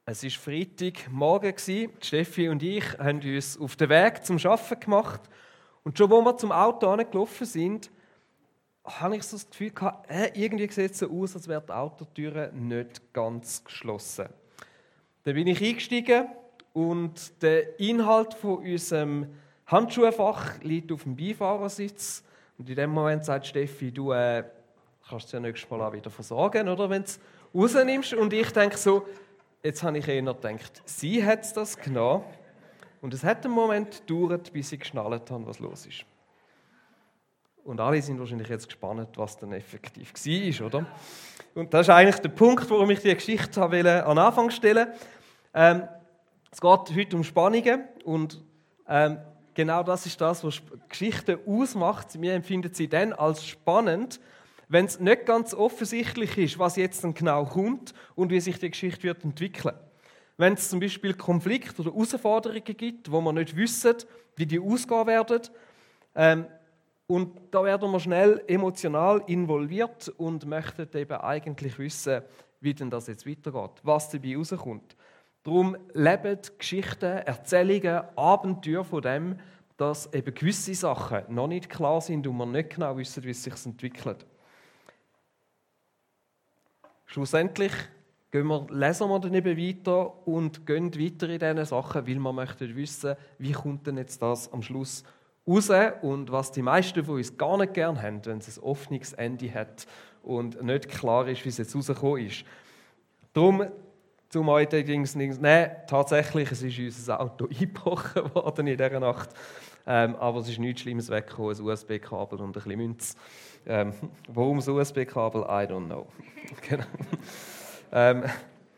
Es war Freitagmorgen. Steffi und ich haben uns auf den Weg zum Arbeiten gemacht. Und schon, als wir zum Auto angelaufen sind, habe ich so das Gefühl gehabt, irgendwie sieht es so aus, als wäre die Autotür nicht ganz geschlossen. Dann bin ich eingestiegen und der Inhalt von unserem Handschuhfach liegt auf dem Beifahrersitz. Und in dem Moment sagt Steffi, du kannst es ja nächstes Mal auch wieder versorgen, oder, wenn du es rausnimmst. Und ich denke so, jetzt habe ich eher gedacht, sie hat das genommen. Und es hat einen Moment gedauert, bis ich geschnallt habe, was los ist. Und alle sind wahrscheinlich jetzt gespannt, was dann effektiv war, oder? Und das ist eigentlich der Punkt, warum ich die Geschichte an den Anfang stellen wollte. Es geht heute um Spannungen und genau das ist das, was Geschichten ausmacht. Wir empfinden sie dann als spannend, wenn es nicht ganz offensichtlich ist, was jetzt dann genau kommt und wie sich die Geschichte wird entwickeln. Wenn es zum Beispiel Konflikte oder Herausforderungen gibt, wo wir nicht wissen, wie die ausgehen werden, und da werden wir schnell emotional involviert und möchten eben eigentlich wissen, wie denn das jetzt weitergeht, was dabei rauskommt. Darum leben Geschichten, Erzählungen, Abenteuer von dem, dass eben gewisse Sachen noch nicht klar sind und wir nicht genau wissen, wie es sich entwickelt. Schlussendlich lesen wir dann eben weiter und gehen weiter in diesen Sachen, weil wir möchten wissen, wie kommt denn jetzt das am Schluss raus und was die meisten von uns gar nicht gerne haben, wenn es ein offenes Ende hat und nicht klar ist, wie es jetzt rausgekommen ist. Darum, zum heute nein, tatsächlich, es ist unser Auto eingebrochen worden in dieser Nacht, aber es ist nichts Schlimmes weggekommen, ein USB-Kabel und ein bisschen Münze. Warum das USB-Kabel? I don't know. Genau.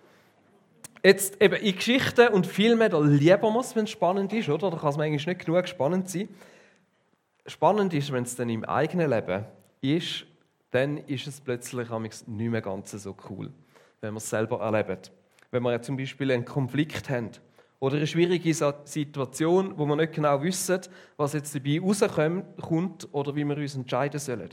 Jetzt eben in Geschichten und Filmen, da lieben wir es, wenn es spannend ist, oder? Da kann es manchmal nicht genug spannend sein. Spannend ist, wenn es dann im eigenen Leben ist, dann ist es plötzlich nicht mehr ganz so cool, wenn wir es selber erleben. Wenn wir zum Beispiel einen Konflikt haben oder eine schwierige Situation, wo wir nicht genau wissen, was jetzt dabei rauskommt oder wie wir uns entscheiden sollen.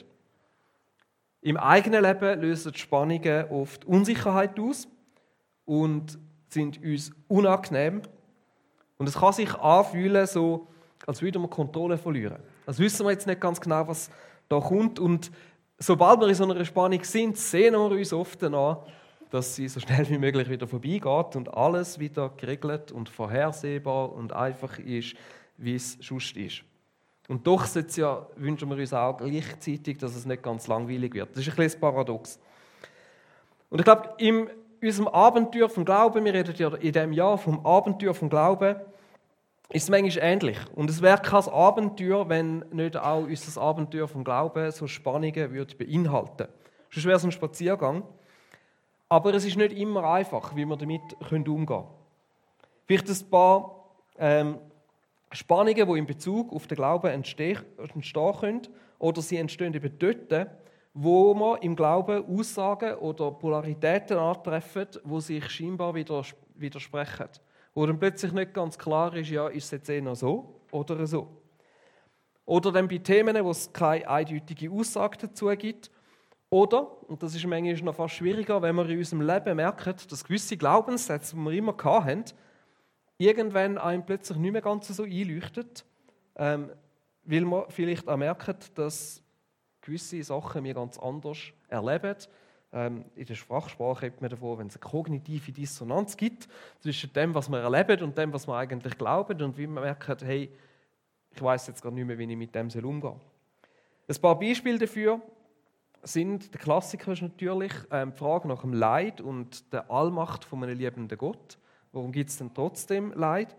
Im eigenen Leben lösen die Spannungen oft Unsicherheit aus und sind uns unangenehm. Und es kann sich anfühlen, so, als würden wir Kontrolle verlieren. Als wissen wir jetzt nicht ganz genau, was da kommt. Und sobald wir in so einer Spannung sind, sehen wir uns oft an, dass sie so schnell wie möglich wieder vorbeigeht und alles wieder geregelt und vorhersehbar und einfach ist, wie es sonst ist. Und doch wünschen wir uns auch gleichzeitig, dass es nicht ganz langweilig wird. Das ist ein bisschen paradox. Und ich glaube, in unserem Abenteuer vom Glauben, wir reden ja in diesem Jahr vom Abenteuer vom Glauben, ist es manchmal ähnlich. Und es wäre kein Abenteuer, wenn nicht auch unser Abenteuer vom Glauben so Spannungen würde beinhalten. Sonst wäre es ein Spaziergang. Aber es ist nicht immer einfach, wie wir damit umgehen können. Vielleicht ein paar Spannungen, die in Bezug auf den Glauben entstehen können, oder sie entstehen eben dort, wo wir im Glauben Aussagen oder Polaritäten antreffen, die sich scheinbar widersprechen. Wo dann plötzlich nicht ganz klar ist, ja, ist es jetzt eher so oder so. Oder dann bei Themen, wo es keine eindeutige Aussage dazu gibt. Oder, und das ist manchmal noch fast schwieriger, wenn wir in unserem Leben merken, dass gewisse Glaubenssätze, die wir immer hatten, irgendwann einem plötzlich nicht mehr ganz so einleuchtet, weil wir vielleicht auch merken, dass gewisse Sachen wir ganz anders erleben. In der Sprachsprache redet man davon, wenn es eine kognitive Dissonanz gibt zwischen dem, was wir erleben und dem, was wir eigentlich glauben, und wie wir merken, hey, ich weiss jetzt gerade nicht mehr, wie ich mit dem umgehen soll. Ein paar Beispiele dafür sind, der Klassiker ist natürlich die Frage nach dem Leid und der Allmacht von einem liebenden Gott. Warum gibt es denn trotzdem Leid?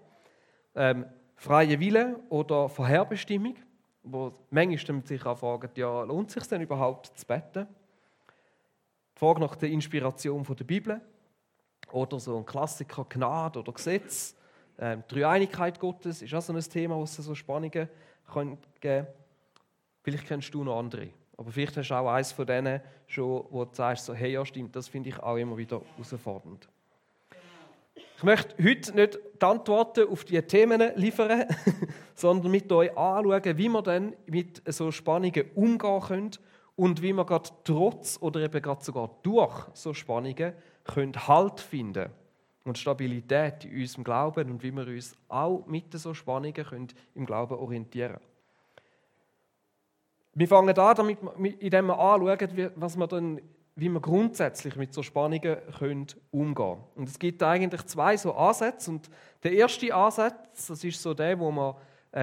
Freie Wille oder Vorherbestimmung, wo manchmal sich auch fragen, ja, lohnt es sich denn überhaupt zu beten? Die Frage nach der Inspiration von der Bibel oder so ein Klassiker Gnade oder Gesetz. Die Dreieinigkeit Gottes ist auch so ein Thema, wo es so Spannungen geben kann. Vielleicht kennst du noch andere. Aber vielleicht hast du auch eines von denen schon, wo du sagst, so, hey, ja stimmt, das finde ich auch immer wieder herausfordernd. Ich möchte heute nicht die Antworten auf diese Themen liefern, sondern mit euch anschauen, wie wir dann mit so Spannungen umgehen können und wie wir gerade trotz oder eben gerade sogar durch so Spannungen Halt finden können. und Stabilität in unserem Glauben und wie wir uns auch mit so Spannungen können im Glauben orientieren können. Wir fangen an, indem wir anschauen, wie wir grundsätzlich mit so Spannungen umgehen können. Und es gibt eigentlich zwei so Ansätze. Und der erste Ansatz, das ist so der, wo man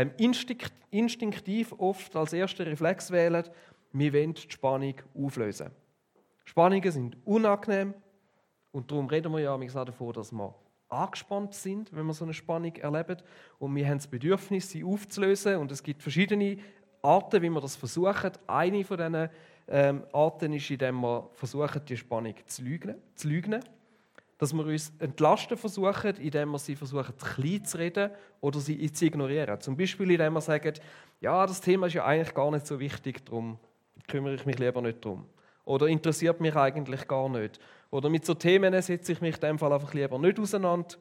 instinktiv oft als ersten Reflex wählen, wir wollen die Spannung auflösen. Spannungen sind unangenehm und darum reden wir ja auch davon, dass wir angespannt sind, wenn wir so eine Spannung erleben. Und wir haben das Bedürfnis, sie aufzulösen. Und es gibt verschiedene Arten, wie wir das versuchen. Eine von diesen Arten ist, indem wir versuchen, die Spannung zu leugnen. Dass wir uns entlasten versuchen, indem wir sie versuchen, klein zu reden oder sie zu ignorieren. Zum Beispiel, indem wir sagen, ja, das Thema ist ja eigentlich gar nicht so wichtig, darum kümmere ich mich lieber nicht darum. Oder interessiert mich eigentlich gar nicht. Oder mit so Themen setze ich mich in dem Fall einfach lieber nicht auseinander.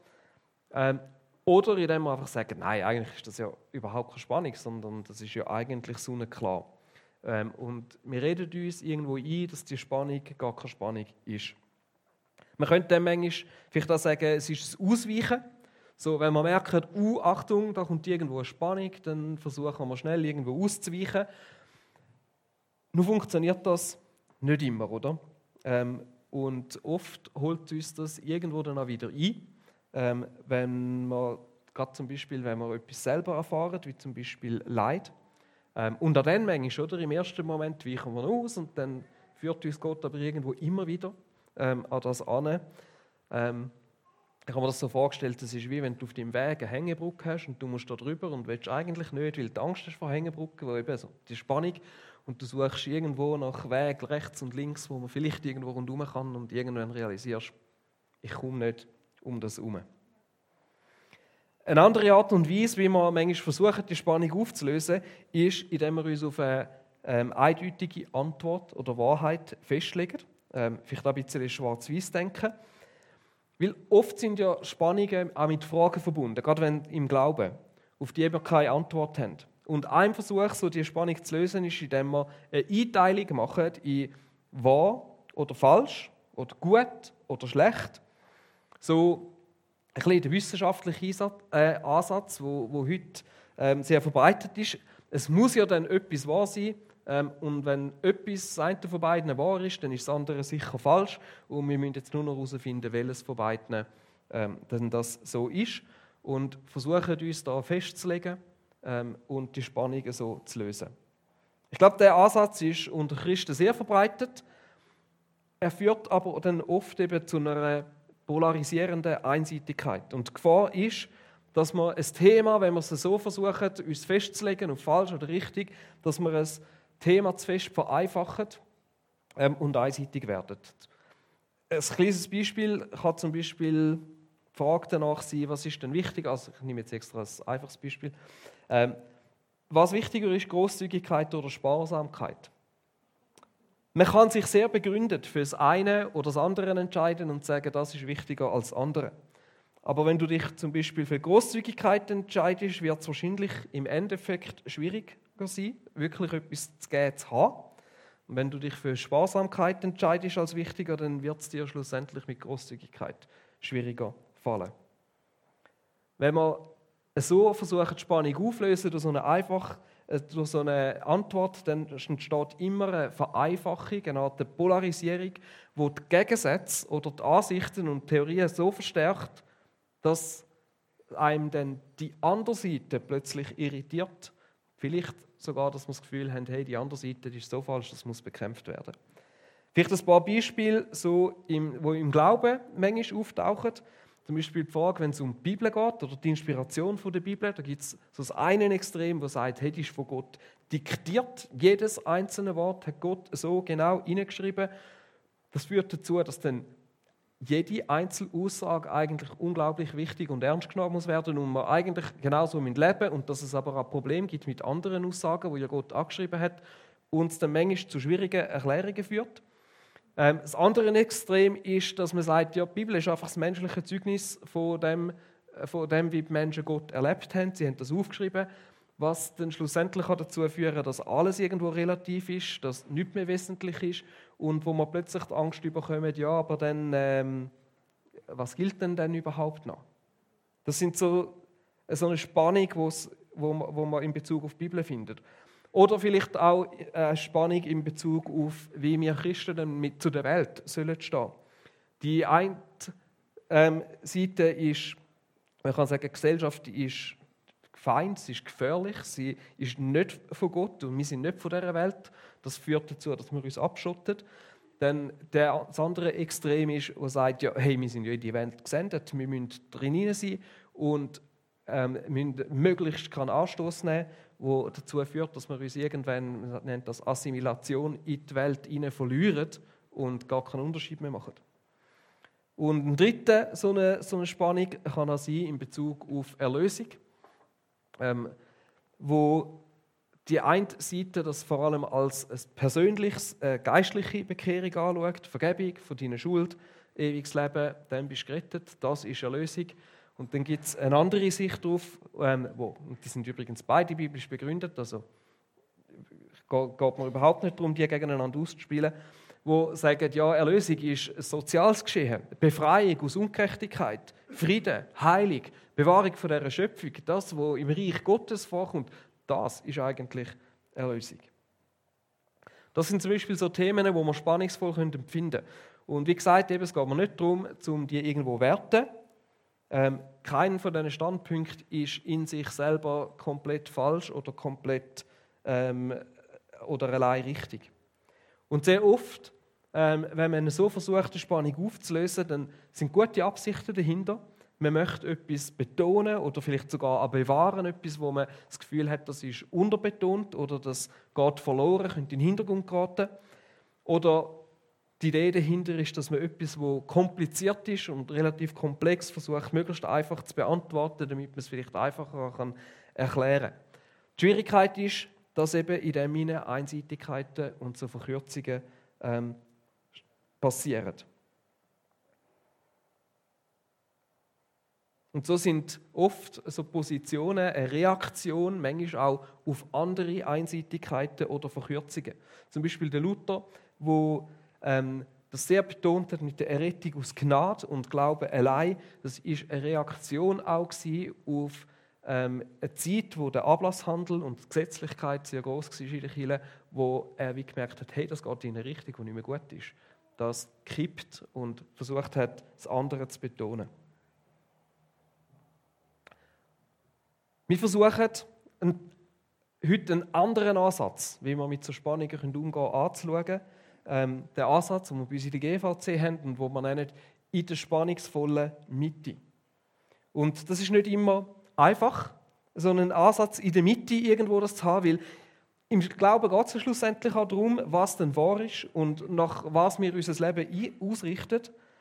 Oder indem wir einfach sagen, nein, eigentlich ist das ja überhaupt keine Spannung, sondern das ist ja eigentlich sonnenklar. Und wir reden uns irgendwo ein, dass die Spannung gar keine Spannung ist. Man könnte dann manchmal vielleicht auch sagen, es ist das Ausweichen. So, wenn man merkt, Achtung, da kommt irgendwo eine Spannung, dann versuchen wir schnell irgendwo auszuweichen. Nur funktioniert das nicht immer, oder? Und oft holt uns das irgendwo dann auch wieder ein, wenn wir gerade zum Beispiel, wenn wir etwas selber erfahren, wie zum Beispiel Leid. Und an den manchmal, oder? Im ersten Moment weichen wir aus und dann führt uns Gott aber irgendwo immer wieder an das an. Ich habe mir das so vorgestellt, das ist wie wenn du auf deinem Weg eine Hängebrücke hast und du musst da drüber und willst eigentlich nicht, weil du Angst hast vor Hängebrücken, wo eben so die Spannung und du suchst irgendwo nach Weg rechts und links, wo man vielleicht irgendwo rundherum kann und irgendwann realisierst, ich komme nicht um das herum. Eine andere Art und Weise, wie wir manchmal versuchen, die Spannung aufzulösen, ist, indem wir uns auf eine eindeutige Antwort oder Wahrheit festlegen. Vielleicht auch ein bisschen schwarz-weiß denken. Weil oft sind ja Spannungen auch mit Fragen verbunden, gerade wenn im Glauben, auf die wir keine Antwort haben. Und ein Versuch, so die Spannung zu lösen, ist, indem wir eine Einteilung machen in wahr oder falsch oder gut oder schlecht. So ein bisschen der wissenschaftliche Ansatz, der heute sehr verbreitet ist. Es muss ja dann etwas wahr sein. Und wenn etwas, das eine von beiden wahr ist, dann ist das andere sicher falsch. Und wir müssen jetzt nur noch herausfinden, welches von beiden denn das so ist. Und versuchen uns da festzulegen und die Spannungen so zu lösen. Ich glaube, der Ansatz ist unter Christen sehr verbreitet. Er führt aber dann oft eben zu einer polarisierenden Einseitigkeit. Und die Gefahr ist, dass wir ein Thema, wenn wir es so versuchen, uns festzulegen, auf falsch oder richtig, dass wir ein Thema zu fest vereinfachen und einseitig werden. Ein kleines Beispiel kann zum Beispiel die Frage danach sein, was ist denn wichtig? Also ich nehme jetzt extra ein einfaches Beispiel. Was wichtiger ist, Grosszügigkeit oder Sparsamkeit? Man kann sich sehr begründet für das eine oder das andere entscheiden und sagen, das ist wichtiger als das andere. Aber wenn du dich zum Beispiel für Grosszügigkeit entscheidest, wird es wahrscheinlich im Endeffekt schwieriger sein, wirklich etwas zu geben zu haben. Und wenn du dich für Sparsamkeit entscheidest als wichtiger, dann wird es dir schlussendlich mit Grosszügigkeit schwieriger fallen. Wenn wir so versuchen, die Spannung aufzulösen durch so eine Antwort, dann entsteht immer eine Vereinfachung, eine Art Polarisierung, die die Gegensätze oder die Ansichten und Theorien so verstärkt, dass einem dann die andere Seite plötzlich irritiert. Vielleicht sogar, dass wir das Gefühl haben, hey, die andere Seite ist so falsch, das muss bekämpft werden. Vielleicht ein paar Beispiele, die im Glauben manchmal auftauchen. Zum Beispiel die Frage, wenn es um die Bibel geht oder die Inspiration der Bibel, da gibt es so das eine Extrem, das sagt, hey, die ist von Gott diktiert. Jedes einzelne Wort hat Gott so genau hineingeschrieben. Das führt dazu, dass dann jede Einzelaussage eigentlich unglaublich wichtig und ernst genommen muss werden und man eigentlich genauso leben und dass es aber auch Probleme gibt mit anderen Aussagen, die ja Gott angeschrieben hat und es dann manchmal zu schwierigen Erklärungen führt. Das andere Extrem ist, dass man sagt, ja, die Bibel ist einfach das menschliche Zeugnis von dem, wie die Menschen Gott erlebt haben. Sie haben das aufgeschrieben, was dann schlussendlich dazu führt, dass alles irgendwo relativ ist, dass nichts mehr wesentlich ist und wo man plötzlich die Angst bekommt, ja, aber dann was gilt denn überhaupt noch? Das sind so eine Spannung, wo man in Bezug auf die Bibel findet. Oder vielleicht auch eine Spannung in Bezug auf, wie wir Christen dann zu der Welt sollen stehen. Die eine Seite ist, man kann sagen, die Gesellschaft ist Feind, sie ist gefährlich, sie ist nicht von Gott und wir sind nicht von dieser Welt. Das führt dazu, dass wir uns abschotten. Dann das andere Extrem ist, das sagt, ja, hey, wir sind ja in die Welt gesendet, wir müssen drin sein und müssen möglichst keinen Anstoß nehmen, der dazu führt, dass wir uns irgendwann, man nennt das Assimilation, in die Welt hinein verlieren und gar keinen Unterschied mehr machen. Und ein dritter so eine Spannung kann auch sein in Bezug auf Erlösung, wo die eine Seite das vor allem als ein persönliches, geistliche Bekehrung anschaut, Vergebung von deiner Schuld, ewiges Leben, dann bist du gerettet, das ist Erlösung. Und dann gibt es eine andere Sicht darauf, und die sind übrigens beide biblisch begründet, also geht mir überhaupt nicht darum, die gegeneinander auszuspielen, wo sagen, ja, Erlösung ist ein soziales Geschehen, Befreiung aus Ungerechtigkeit, Frieden, Heilung, Bewahrung von dieser Schöpfung, das, was im Reich Gottes vorkommt, das ist eigentlich Erlösung. Das sind zum Beispiel so Themen, die man spannungsvoll empfinden können. Und wie gesagt, es geht mir nicht darum, die irgendwo zu werten. Keiner von diesen Standpunkten ist in sich selber komplett falsch oder komplett oder allein richtig. Und sehr oft, wenn man so versucht, eine Spannung aufzulösen, dann sind gute Absichten dahinter. Man möchte etwas betonen oder vielleicht sogar auch bewahren, etwas, wo man das Gefühl hat, das ist unterbetont oder das geht verloren, könnte in den Hintergrund geraten. Oder die Idee dahinter ist, dass man etwas, das kompliziert ist und relativ komplex versucht, möglichst einfach zu beantworten, damit man es vielleicht einfacher erklären kann. Die Schwierigkeit ist, dass eben in dem Sinne Einseitigkeiten und so Verkürzungen passieren. Und so sind oft so Positionen eine Reaktion, manchmal auch auf andere Einseitigkeiten oder Verkürzungen. Zum Beispiel der Luther, wo das sehr betont hat mit der Errettung aus Gnade und Glauben allein. Das ist eine Reaktion auch auf eine Zeit, wo der Ablasshandel und die Gesetzlichkeit sehr groß war in der Kirche, wo er wie gemerkt hat, hey, das geht in eine Richtung, die nicht mehr gut ist. Das kippt und versucht hat, das andere zu betonen. Wir versuchen, heute einen anderen Ansatz, wie wir mit so Spannungen umgehen können, anzuschauen. Der Ansatz, den wir bei uns in der GVC haben und den wir nennen, in der spannungsvollen Mitte. Und das ist nicht immer einfach, so einen Ansatz in der Mitte irgendwo das zu haben, weil im Glauben geht es schlussendlich auch darum, was denn wahr ist und nach was wir unser Leben ausrichten.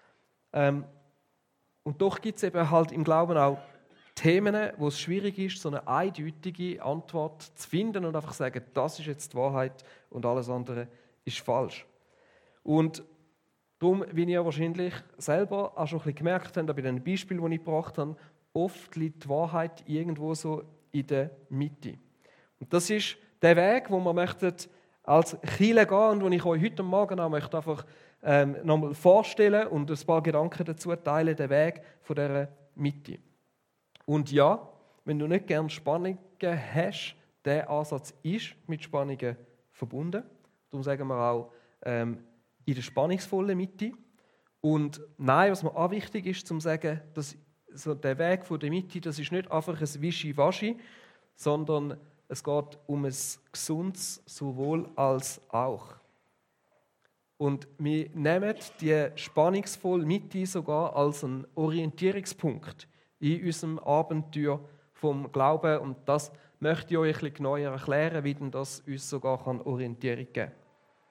Und doch gibt es eben halt im Glauben auch Themen, wo es schwierig ist, so eine eindeutige Antwort zu finden und einfach zu sagen, das ist jetzt die Wahrheit und alles andere ist falsch. Und darum, wie ihr wahrscheinlich selber auch schon ein bisschen gemerkt habt, bei den Beispielen, die ich gebracht habe, oft liegt die Wahrheit irgendwo so in der Mitte. Und das ist der Weg, wo wir als Kirche gehen und den ich euch heute Morgen auch möchte einfach nochmal vorstellen und ein paar Gedanken dazu teilen, den Weg von dieser Mitte. Und ja, wenn du nicht gerne Spannungen hast, der Ansatz ist mit Spannungen verbunden. Darum sagen wir auch in der spannungsvollen Mitte. Und nein, was mir auch wichtig ist, zu sagen, dass so der Weg von der Mitte, das ist nicht einfach ein Wischi-Waschi, sondern es geht um ein gesundes sowohl als auch. Und wir nehmen die spannungsvolle Mitte sogar als einen Orientierungspunkt in unserem Abenteuer vom Glauben. Und das möchte ich euch ein bisschen genauer erklären, wie denn das uns sogar Orientierung geben kann.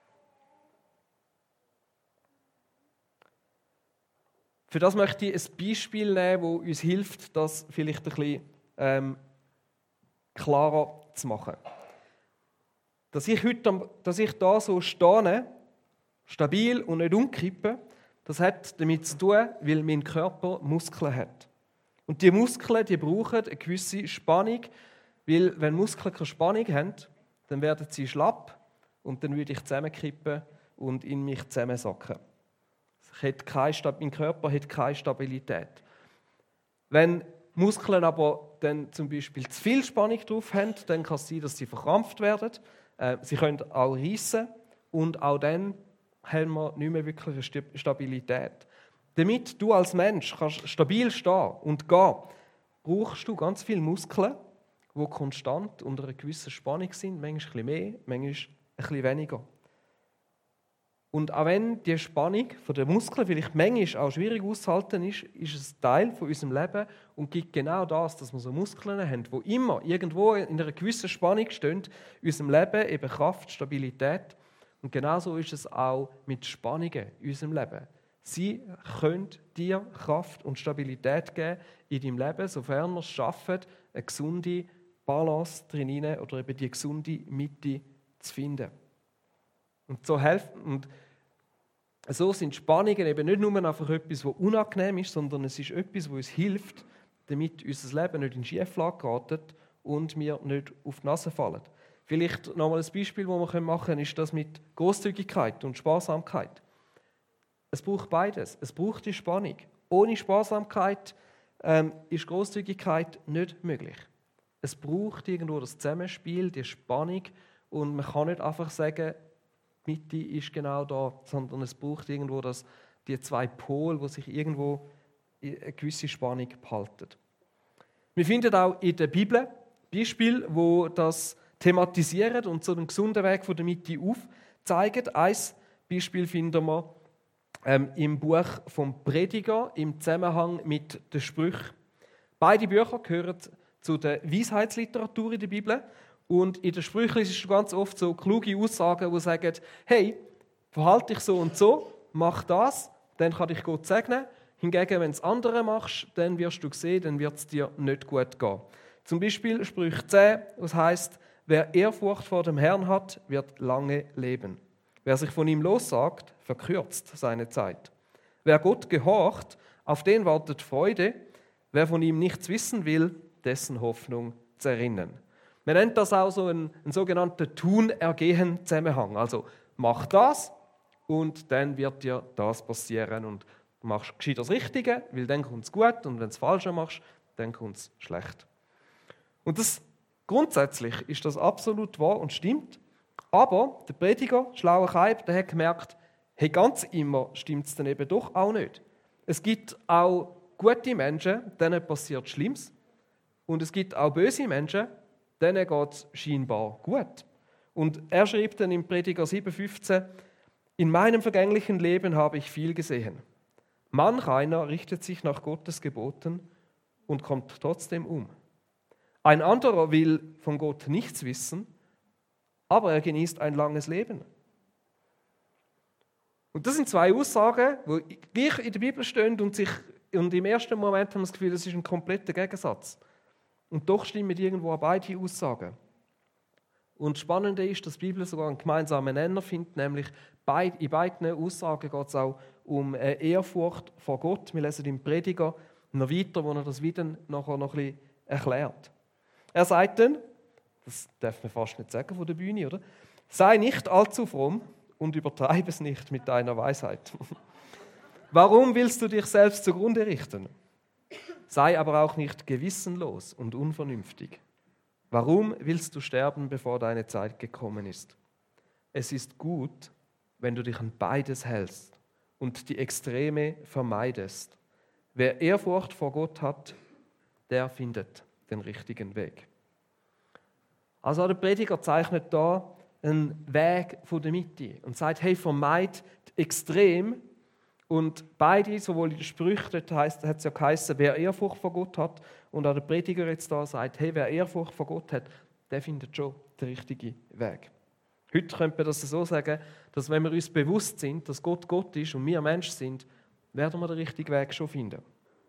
Für das möchte ich ein Beispiel nehmen, das uns hilft, das vielleicht ein bisschen klarer zu machen. Dass ich da so stehe, stabil und nicht umkippe, das hat damit zu tun, weil mein Körper Muskeln hat. Und die Muskeln, die brauchen eine gewisse Spannung, weil wenn Muskeln keine Spannung haben, dann werden sie schlapp und dann würde ich zusammenkippen und in mich zusammensacken. Das Mein Körper hat keine Stabilität. Wenn Muskeln aber dann zum Beispiel zu viel Spannung drauf haben, dann kann es sein, dass sie verkrampft werden. Sie können auch reissen und auch dann haben wir nicht mehr wirklich eine Stabilität. Damit du als Mensch kannst stabil stehen und gehen, brauchst du ganz viele Muskeln, die konstant unter einer gewissen Spannung sind, manchmal ein bisschen mehr, manchmal ein bisschen weniger. Und auch wenn die Spannung der Muskeln vielleicht manchmal auch schwierig auszuhalten ist, ist es Teil von unserem Leben und gibt genau das, dass wir so Muskeln haben, die immer irgendwo in einer gewissen Spannung stehen, in unserem Leben eben Kraft, Stabilität. Und genauso ist es auch mit Spannungen in unserem Leben. Sie können dir Kraft und Stabilität geben in deinem Leben, sofern wir es schaffen, eine gesunde Balance drin oder eben die gesunde Mitte zu finden. Und so sind Spannungen eben nicht nur einfach etwas, was unangenehm ist, sondern es ist etwas, was uns hilft, damit unser Leben nicht in Schieflage gerät und wir nicht auf die Nase fallen. Vielleicht nochmal ein Beispiel, das wir machen können, ist das mit Großzügigkeit und Sparsamkeit. Es braucht beides. Es braucht die Spannung. Ohne Sparsamkeit ist Großzügigkeit nicht möglich. Es braucht irgendwo das Zusammenspiel, die Spannung und man kann nicht einfach sagen, die Mitte ist genau da, sondern es braucht irgendwo die zwei Pole, die sich irgendwo in eine gewisse Spannung behalten. Wir finden auch in der Bibel Beispiele, wo das thematisieren und so einen gesunden Weg von der Mitte aufzeigen. Ein Beispiel finden wir im Buch vom Prediger im Zusammenhang mit den Sprüchen. Beide Bücher gehören zu der Weisheitsliteratur in der Bibel. Und in den Sprüchen ist es ganz oft so kluge Aussagen, die sagen, hey, verhalte dich so und so, mach das, dann kann dich Gott segnen. Hingegen, wenn du es andere machst, dann wirst du sehen, dann wird es dir nicht gut gehen. Zum Beispiel Sprüche 10, was heisst, wer Ehrfurcht vor dem Herrn hat, wird lange leben. Wer sich von ihm lossagt, verkürzt seine Zeit. Wer Gott gehorcht, auf den wartet Freude. Wer von ihm nichts wissen will, dessen Hoffnung zerrinnen. Man nennt das auch so einen sogenannten Tun-Ergehen-Zusammenhang. Also mach das und dann wird dir das passieren. Und du machst gescheit das Richtige, weil dann kommt es gut, und wenn du das Falsche machst, dann kommt es schlecht. Und grundsätzlich ist das absolut wahr und stimmt. Aber der Prediger, schlauer Kaib, der hat gemerkt, hey, ganz immer stimmt es dann eben doch auch nicht. Es gibt auch gute Menschen, denen passiert Schlimmes. Und es gibt auch böse Menschen, denen geht es scheinbar gut. Und er schreibt dann im Prediger 7,15: In meinem vergänglichen Leben habe ich viel gesehen. Manch einer richtet sich nach Gottes Geboten und kommt trotzdem um. Ein anderer will von Gott nichts wissen, aber er genießt ein langes Leben. Und das sind zwei Aussagen, die gleich in der Bibel stehen und im ersten Moment haben wir das Gefühl, das ist ein kompletter Gegensatz. Und doch stimmen irgendwo beide Aussagen. Und das Spannende ist, dass die Bibel sogar einen gemeinsamen Nenner findet, nämlich in beiden Aussagen geht es auch um Ehrfurcht vor Gott. Wir lesen im Prediger noch weiter, wo er das wieder nachher noch ein bisschen erklärt. Er sagt dann, das darf man fast nicht sagen von der Bühne, oder? Sei nicht allzu fromm und übertreibe es nicht mit deiner Weisheit. Warum willst du dich selbst zugrunde richten? Sei aber auch nicht gewissenlos und unvernünftig. Warum willst du sterben, bevor deine Zeit gekommen ist? Es ist gut, wenn du dich an beides hältst und die Extreme vermeidest. Wer Ehrfurcht vor Gott hat, der findet den richtigen Weg. Also der Prediger zeichnet da einen Weg von der Mitte und sagt, hey, vermeid extrem. Und beide, sowohl in den Sprüchen, dort hat es ja geheißen, wer Ehrfurcht vor Gott hat, und auch der Prediger jetzt da sagt, hey, wer Ehrfurcht vor Gott hat, der findet schon den richtigen Weg. Heute könnte man das so sagen, dass wenn wir uns bewusst sind, dass Gott Gott ist und wir Mensch sind, werden wir den richtigen Weg schon finden.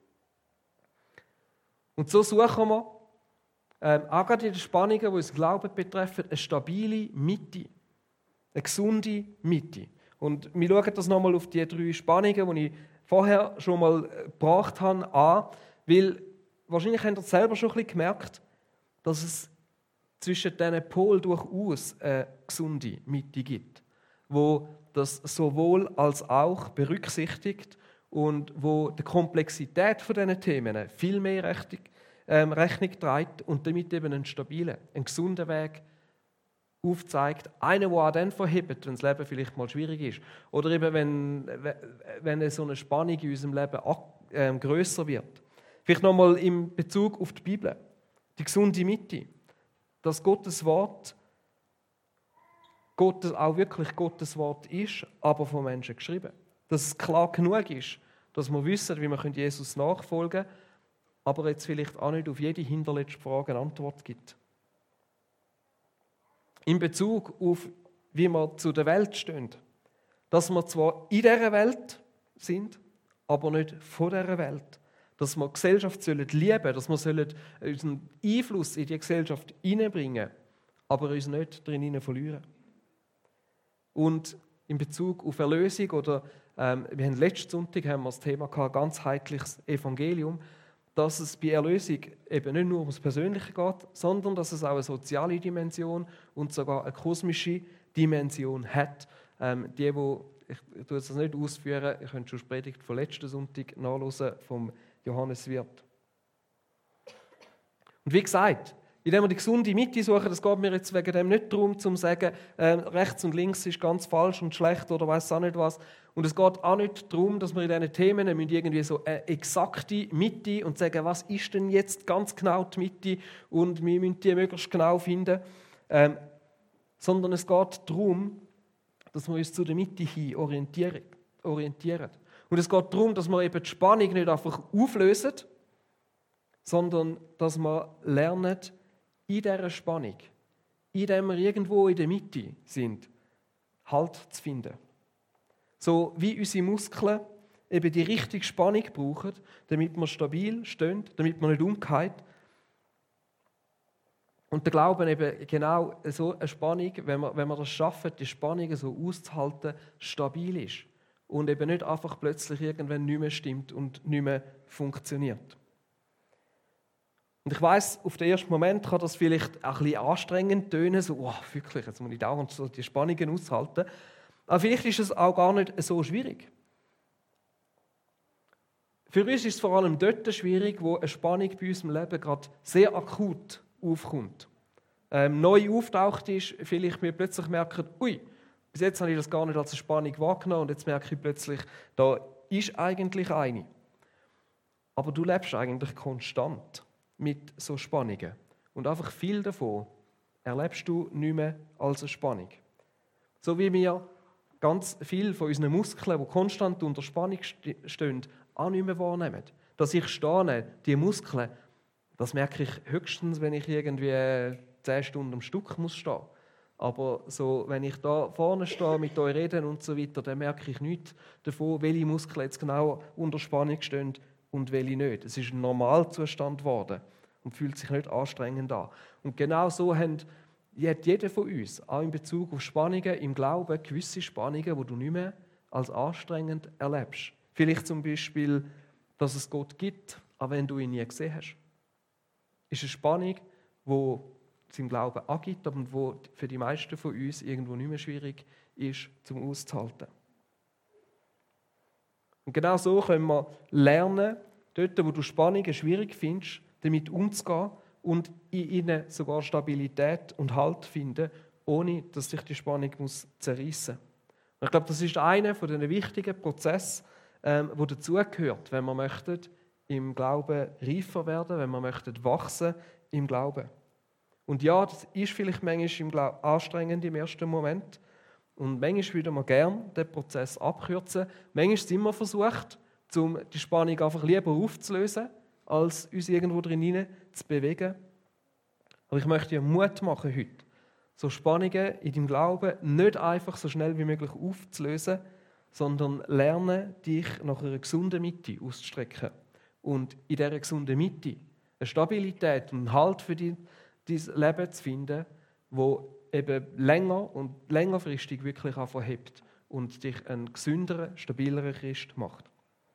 Und so suchen wir, auch gerade in den Spannungen, die uns Glauben betreffen, eine stabile Mitte, eine gesunde Mitte. Und wir schauen das nochmal auf die 3 Spannungen, die ich vorher schon mal gebracht habe, an, weil wahrscheinlich habt ihr selber schon ein bisschen gemerkt, dass es zwischen diesen Polen durchaus eine gesunde Mitte gibt, wo das sowohl als auch berücksichtigt und wo der Komplexität von diesen Themen viel mehr Rechnung trägt und damit eben einen stabilen, einen gesunden Weg aufzeigt. Einen, der auch dann verhebt, wenn das Leben vielleicht mal schwierig ist. Oder eben, wenn so eine Spannung in unserem Leben grösser wird. Vielleicht nochmal in Bezug auf die Bibel. Die gesunde Mitte. Dass Gottes Wort auch wirklich Gottes Wort ist, aber von Menschen geschrieben. Dass es klar genug ist, dass wir wissen, wie wir Jesus nachfolgen können, aber jetzt vielleicht auch nicht auf jede hinterletzte Frage eine Antwort gibt. In Bezug auf, wie wir zu der Welt stehen. Dass wir zwar in dieser Welt sind, aber nicht von dieser Welt. Dass wir die Gesellschaft lieben sollen, dass wir unseren Einfluss in die Gesellschaft hineinbringen, aber uns nicht darin verlieren. Und in Bezug auf Erlösung, oder wir haben letzten Sonntag das Thema gehabt, ganzheitliches Evangelium, dass es bei Erlösung eben nicht nur um das Persönliche geht, sondern dass es auch eine soziale Dimension und sogar eine kosmische Dimension hat. Ich tue das nicht ausführen, ihr könnt schon die Predigt von letzten Sonntag nachhören, vom Johannes Wirth. Und wie gesagt, indem wir die gesunde Mitte suchen, das geht mir jetzt wegen dem nicht darum, zu sagen, rechts und links ist ganz falsch und schlecht oder weiß auch nicht was. Und es geht auch nicht darum, dass wir in diesen Themen irgendwie so eine exakte Mitte und sagen, was ist denn jetzt ganz genau die Mitte und wir müssen die möglichst genau finden. Sondern es geht darum, dass wir uns zu der Mitte hin orientieren. Und es geht darum, dass wir eben die Spannung nicht einfach auflösen, sondern dass wir lernen, in dieser Spannung, indem wir irgendwo in der Mitte sind, Halt zu finden. So wie unsere Muskeln eben die richtige Spannung brauchen, damit wir stabil stehen, damit wir nicht umfallen. Und der Glauben eben genau so eine Spannung, wenn wir das schaffen, die Spannung so auszuhalten, stabil ist. Und eben nicht einfach plötzlich irgendwann nicht mehr stimmt und nicht mehr funktioniert. Und ich weiss, auf den ersten Moment kann das vielleicht auch ein bisschen anstrengend tönen, so, oh, wirklich, jetzt muss ich dauernd so die Spannungen aushalten. Aber vielleicht ist es auch gar nicht so schwierig. Für uns ist es vor allem dort schwierig, wo eine Spannung bei uns im Leben gerade sehr akut aufkommt. Neu auftaucht ist, vielleicht wir plötzlich merken, ui, bis jetzt habe ich das gar nicht als eine Spannung wahrgenommen und jetzt merke ich plötzlich, da ist eigentlich eine. Aber du lebst eigentlich konstant mit so Spannungen. Und einfach viel davon erlebst du nicht mehr als eine Spannung. So wie wir ganz viel von unseren Muskeln, die konstant unter Spannung stehen, auch nicht mehr wahrnehmen. Dass ich stehe, die Muskeln, das merke ich höchstens, wenn ich irgendwie 10 Stunden am Stück muss stehen. Aber so, wenn ich da vorne stehe, mit euch reden und so weiter, dann merke ich nichts davon, welche Muskeln jetzt genau unter Spannung stehen und welche nicht. Es ist ein Normalzustand geworden und fühlt sich nicht anstrengend an. Und genau so hat jeder von uns, auch in Bezug auf Spannungen im Glauben, gewisse Spannungen, die du nicht mehr als anstrengend erlebst. Vielleicht zum Beispiel, dass es Gott gibt, auch wenn du ihn nie gesehen hast. Ist eine Spannung, die es im Glauben angibt, aber die für die meisten von uns irgendwo nicht mehr schwierig ist, zum auszuhalten. Und genau so können wir lernen, dort, wo du Spannungen schwierig findest, damit umzugehen und in ihnen sogar Stabilität und Halt finden, ohne dass sich die Spannung zerreissen muss. Und ich glaube, das ist einer von den wichtigen Prozessen, der dazugehört, wenn wir möchten, im Glauben reifer werden, wenn wir möchten wachsen im Glauben. Und ja, das ist vielleicht manchmal im Glauben anstrengend im ersten Moment. Und manchmal würden wir gerne den Prozess abkürzen. Manchmal sind wir versucht, die Spannung einfach lieber aufzulösen, als uns irgendwo drin zu bewegen. Aber ich möchte dir Mut machen heute, so Spannungen in deinem Glauben nicht einfach so schnell wie möglich aufzulösen, sondern lernen, dich nach einer gesunden Mitte auszustrecken. Und in dieser gesunden Mitte eine Stabilität und einen Halt für dein Leben zu finden, wo eben länger und längerfristig wirklich auch verhebt und dich einen gesünderen, stabileren Christ macht.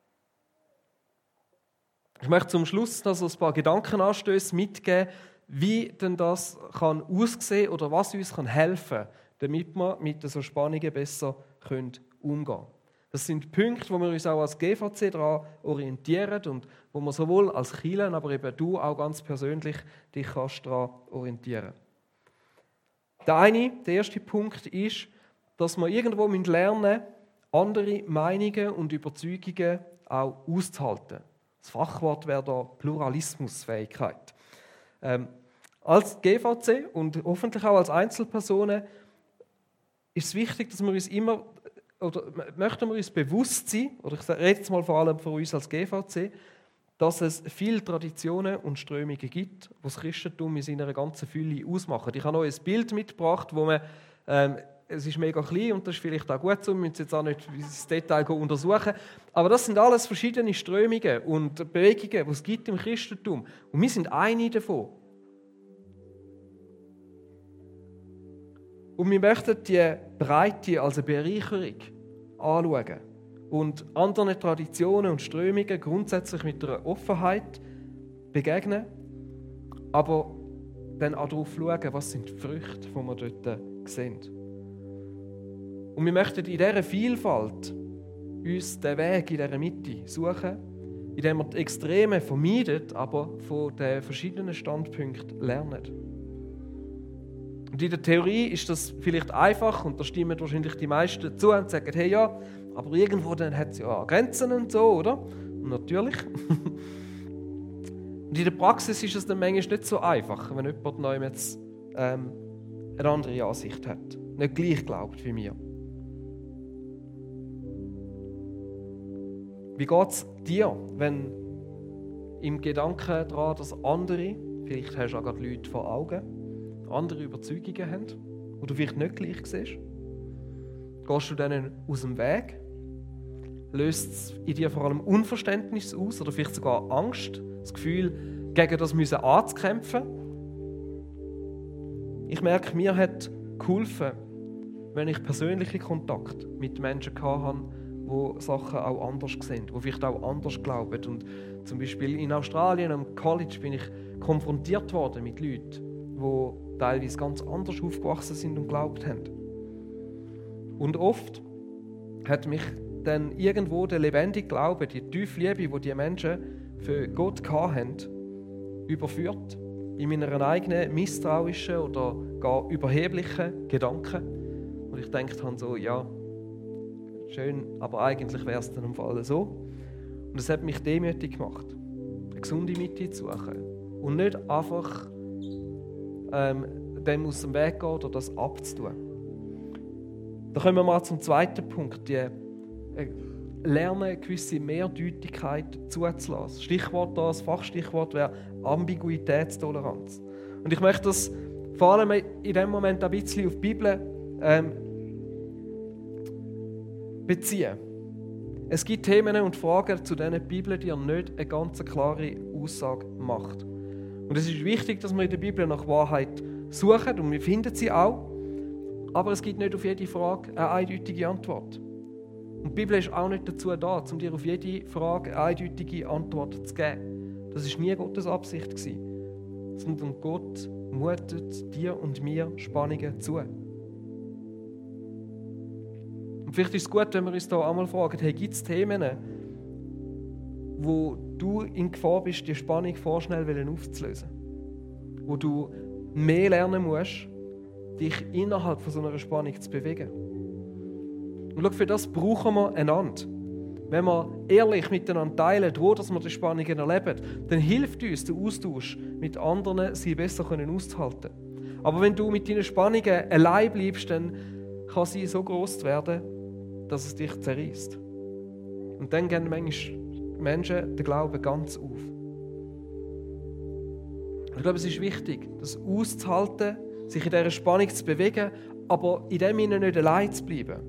Ich möchte zum Schluss noch so ein paar Gedankenanstöße mitgeben, wie denn das kann aussehen oder was uns helfen kann, damit wir mit so Spannungen besser umgehen können. Das sind Punkte, wo wir uns auch als GVC daran orientieren und wo wir sowohl als Kirche, aber eben du auch ganz persönlich dich kannst daran orientieren. Der erste Punkt ist, dass wir irgendwo lernen müssen, andere Meinungen und Überzeugungen auch auszuhalten. Das Fachwort wäre da Pluralismusfähigkeit. Als GVC und hoffentlich auch als Einzelpersonen ist es wichtig, dass wir uns immer, oder möchten wir uns bewusst sein, oder ich rede jetzt mal vor allem von uns als GVC, dass es viele Traditionen und Strömungen gibt, die das Christentum in seiner ganzen Fülle ausmachen. Ich habe euch ein Bild mitgebracht, wo man, es ist mega klein und das ist vielleicht auch gut so, wir müssen jetzt auch nicht das Detail untersuchen, aber das sind alles verschiedene Strömungen und Bewegungen, die es gibt im Christentum. Und wir sind eine davon. Und wir möchten die Breite als eine Bereicherung anschauen und anderen Traditionen und Strömungen grundsätzlich mit einer Offenheit begegnen, aber dann auch darauf schauen, was sind die Früchte, die wir dort sehen. Und wir möchten in dieser Vielfalt uns den Weg in dieser Mitte suchen, indem wir die Extreme vermeiden, aber von den verschiedenen Standpunkten lernen. Und in der Theorie ist das vielleicht einfach und da stimmen wahrscheinlich die meisten zu und sagen, hey ja, aber irgendwo dann hat es ja Grenzen und so, oder? Und natürlich. Und in der Praxis ist es dann manchmal nicht so einfach, wenn jemand neu jetzt eine andere Ansicht hat, nicht gleich glaubt wie mir. Wie geht es dir, wenn im Gedanken daran, dass andere, vielleicht hast du auch gerade Leute vor Augen, andere Überzeugungen haben, die du vielleicht nicht gleich siehst? Gehst du denen aus dem Weg? Löst es in dir vor allem Unverständnis aus oder vielleicht sogar Angst, das Gefühl, gegen das müssen anzukämpfen? Ich merke, mir hat geholfen, wenn ich persönlichen Kontakt mit Menschen hatte, die Sachen auch anders sehen, die vielleicht auch anders glauben. Und zum Beispiel in Australien am College bin ich konfrontiert worden mit Leuten, die teilweise ganz anders aufgewachsen sind und geglaubt haben. Und oft hat mich dann irgendwo der lebendige Glaube, die tiefe Liebe, die die Menschen für Gott hatten, überführt in meiner eigenen misstrauischen oder gar überheblichen Gedanken. Und ich gedacht habe so, ja, schön, aber eigentlich wäre es dann im Fall so. Und es hat mich demütig gemacht, eine gesunde Mitte zu suchen und nicht einfach dem aus dem Weg gehen oder das abzutun. Da kommen wir mal zum zweiten Punkt, die lernen, eine gewisse Mehrdeutigkeit zuzulassen. Stichwort da, das Fachstichwort wäre Ambiguitätstoleranz. Und ich möchte das vor allem in dem Moment ein bisschen auf die Bibel beziehen. Es gibt Themen und Fragen, zu denen die Bibel dir nicht eine ganz klare Aussage macht. Und es ist wichtig, dass wir in der Bibel nach Wahrheit suchen und wir finden sie auch. Aber es gibt nicht auf jede Frage eine eindeutige Antwort. Und die Bibel ist auch nicht dazu da, um dir auf jede Frage eine eindeutige Antwort zu geben. Das war nie Gottes Absicht gewesen. Sondern Gott mutet dir und mir Spannungen zu. Und vielleicht ist es gut, wenn wir uns da einmal fragen, hey, gibt es Themen, wo du in Gefahr bist, die Spannung vorschnell aufzulösen? Wo du mehr lernen musst, dich innerhalb von so einer Spannung zu bewegen. Und schau, für das brauchen wir einander. Wenn wir ehrlich miteinander teilen, wo dass wir die Spannungen erleben, dann hilft uns der Austausch mit anderen, sie besser auszuhalten. Aber wenn du mit deinen Spannungen allein bleibst, dann kann sie so gross werden, dass es dich zerreißt. Und dann gehen manchmal Menschen den Glauben ganz auf. Ich glaube, es ist wichtig, das auszuhalten, sich in dieser Spannung zu bewegen, aber in dem Sinne nicht allein zu bleiben.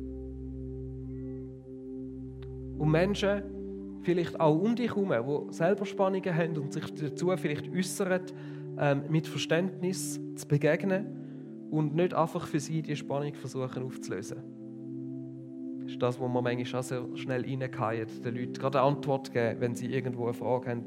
Und Menschen, vielleicht auch um dich herum, die selber Spannungen haben und sich dazu vielleicht äußern, mit Verständnis zu begegnen und nicht einfach für sie die Spannung versuchen aufzulösen. Das ist das, wo man manchmal auch sehr schnell reingehen, den Leuten gerade eine Antwort geben, wenn sie irgendwo eine Frage haben.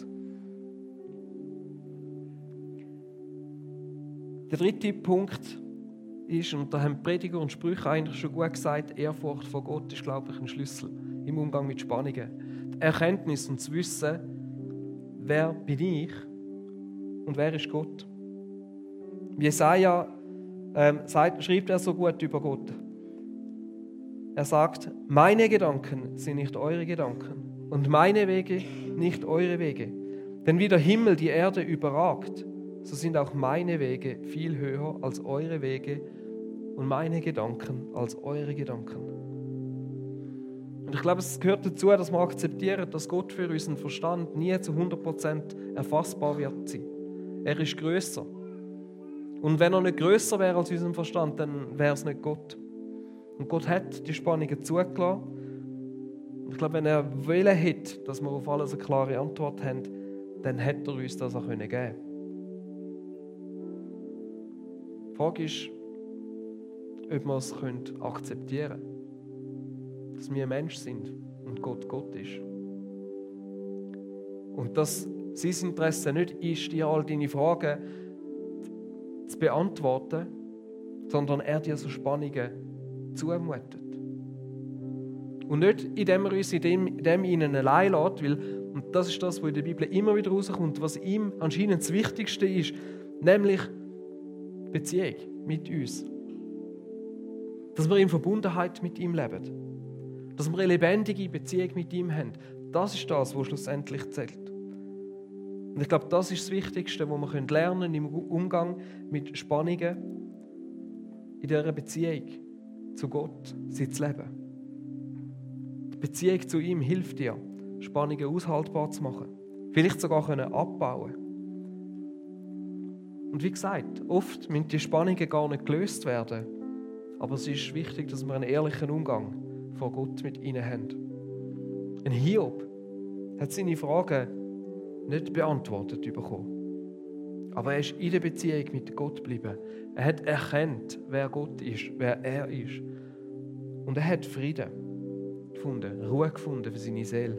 Der dritte Punkt, ist, und da haben Prediger und Sprüche eigentlich schon gut gesagt, Ehrfurcht vor Gott ist, glaube ich, ein Schlüssel im Umgang mit Spannungen. Die Erkenntnis und das Wissen, wer bin ich und wer ist Gott. Jesaja schreibt er so gut über Gott. Er sagt, meine Gedanken sind nicht eure Gedanken und meine Wege nicht eure Wege. Denn wie der Himmel die Erde überragt, so sind auch meine Wege viel höher als eure Wege und meine Gedanken als eure Gedanken. Und ich glaube, es gehört dazu, dass wir akzeptieren, dass Gott für unseren Verstand nie zu 100% erfassbar wird sein. Er ist grösser. Und wenn er nicht grösser wäre als unser Verstand, dann wäre es nicht Gott. Und Gott hat die Spannungen zugelassen. Und ich glaube, wenn er wollen hätte, dass wir auf alles eine klare Antwort haben, dann hätte er uns das auch geben können. Die Frage ist, ob wir es akzeptieren können, dass wir ein Mensch sind und Gott Gott ist. Und dass sein Interesse nicht ist, dir all deine Fragen zu beantworten, sondern er dir so Spannungen zumutet. Und nicht, indem er uns in dem ihnen allein lässt, weil, und das ist das, was in der Bibel immer wieder rauskommt, was ihm anscheinend das Wichtigste ist, nämlich Beziehung mit uns. Dass wir in Verbundenheit mit ihm leben. Dass wir eine lebendige Beziehung mit ihm haben. Das ist das, was schlussendlich zählt. Und ich glaube, das ist das Wichtigste, was wir lernen können im Umgang mit Spannungen, in dieser Beziehung zu Gott, sie zu leben. Die Beziehung zu ihm hilft dir, Spannungen aushaltbar zu machen. Vielleicht sogar abbauen. Und wie gesagt, oft müssen die Spannungen gar nicht gelöst werden. Aber es ist wichtig, dass wir einen ehrlichen Umgang vor Gott mit ihnen haben. Ein Hiob hat seine Fragen nicht beantwortet bekommen. Aber er ist in der Beziehung mit Gott geblieben. Er hat erkannt, wer Gott ist, wer er ist. Und er hat Frieden gefunden, Ruhe gefunden für seine Seele.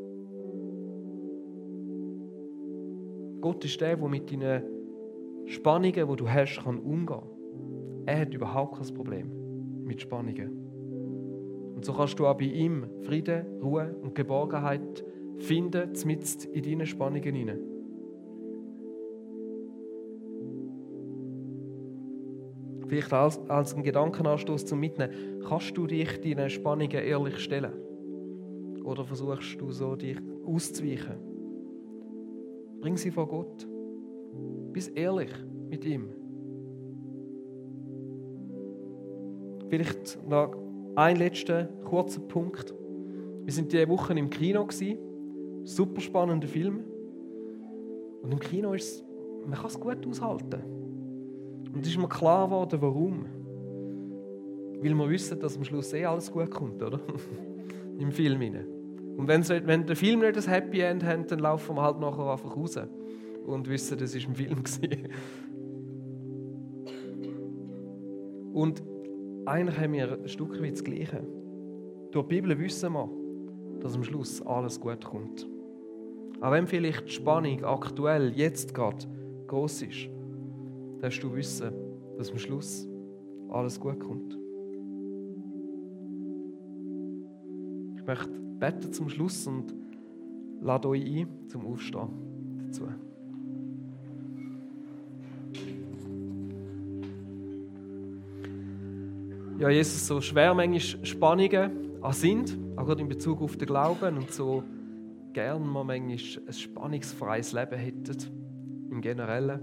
Gott ist der mit deinen Spannungen, die du hast, kann umgehen kann. Er hat überhaupt kein Problem mit Spannungen. Und so kannst du auch bei ihm Frieden, Ruhe und Geborgenheit finden, mitten in deinen Spannungen hinein. Vielleicht als einen Gedankenanstoß zum Mitnehmen. Kannst du dich deinen Spannungen ehrlich stellen? Oder versuchst du so, dich auszuweichen? Bring sie vor Gott. Bist ehrlich mit ihm. Vielleicht noch ein letzter kurzer Punkt. Wir sind diese Woche im Kino gewesen. Super spannender Film. Und im Kino ist man kann es gut aushalten. Und es ist mir klar geworden, warum. Weil wir wissen, dass am Schluss alles gut kommt, oder? Im Film hinein. Und wenn der Film nicht ein Happy End hat, dann laufen wir halt nachher einfach raus und wissen, das war ein Film. Und eigentlich haben wir ein Stück weit das Gleiche. Durch die Bibel wissen wir, dass am Schluss alles gut kommt. Auch wenn vielleicht die Spannung aktuell, jetzt gerade, gross ist, darfst du wissen, dass am Schluss alles gut kommt. Ich möchte beten zum Schluss und lade euch ein, zum Aufstehen dazu. Ja, Jesus, so schwer manchmal Spannungen sind, auch gerade in Bezug auf den Glauben und so gern wir manchmal ein spannungsfreies Leben hätten, im Generellen.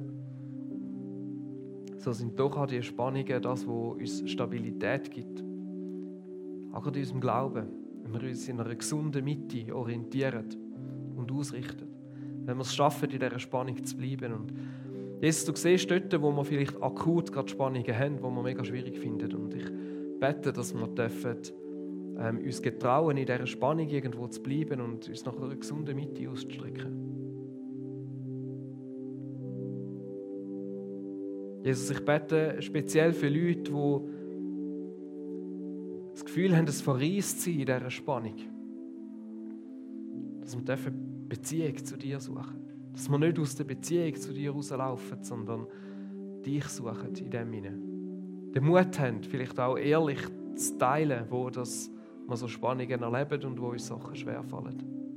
So sind doch auch die Spannungen das, was uns Stabilität gibt. Auch in unserem Glauben, wenn wir uns in einer gesunden Mitte orientieren und ausrichten. Wenn wir es schaffen, in dieser Spannung zu bleiben. Und Jesus, du siehst dort, wo wir vielleicht akut gerade Spannungen haben, die wir mega schwierig finden. Und ich bete, dass wir dürfen, uns getrauen, in dieser Spannung irgendwo zu bleiben und uns nach einer gesunden Mitte auszustrecken. Jesus, ich bete speziell für Leute, die das Gefühl haben, es verreist sie in dieser Spannung. Dass wir Beziehung zu dir suchen. Dass wir nicht aus der Beziehung zu dir rauslaufen, sondern dich suchen in dem hinein. den Mut haben, vielleicht auch ehrlich zu teilen, wo das wir so Spannungen erleben und wo uns Sachen schwerfallen.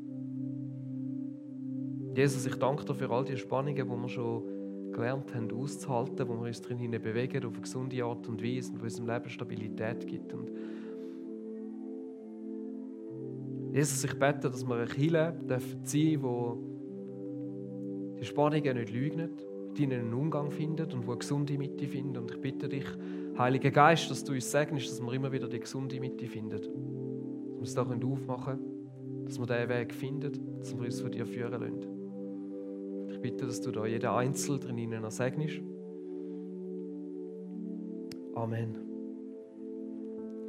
Jesus, ich danke dir für all die Spannungen, die wir schon gelernt haben auszuhalten, wo wir uns drin bewegen, auf eine gesunde Art und Weise und wo unserem Leben Stabilität gibt. Und Jesus, ich bete, dass wir eine Kirche sein dürfen, die die Spannungen nicht leugnet, mit ihnen einen Umgang findet und wo eine gesunde Mitte findet. Und ich bitte dich, Heiliger Geist, dass du uns segnest, dass wir immer wieder die gesunde Mitte finden. Dass wir es da aufmachen können, dass wir diesen Weg finden, dass wir uns von dir führen lassen. Ich bitte, dass du da jeden Einzelnen drin segnest. Amen.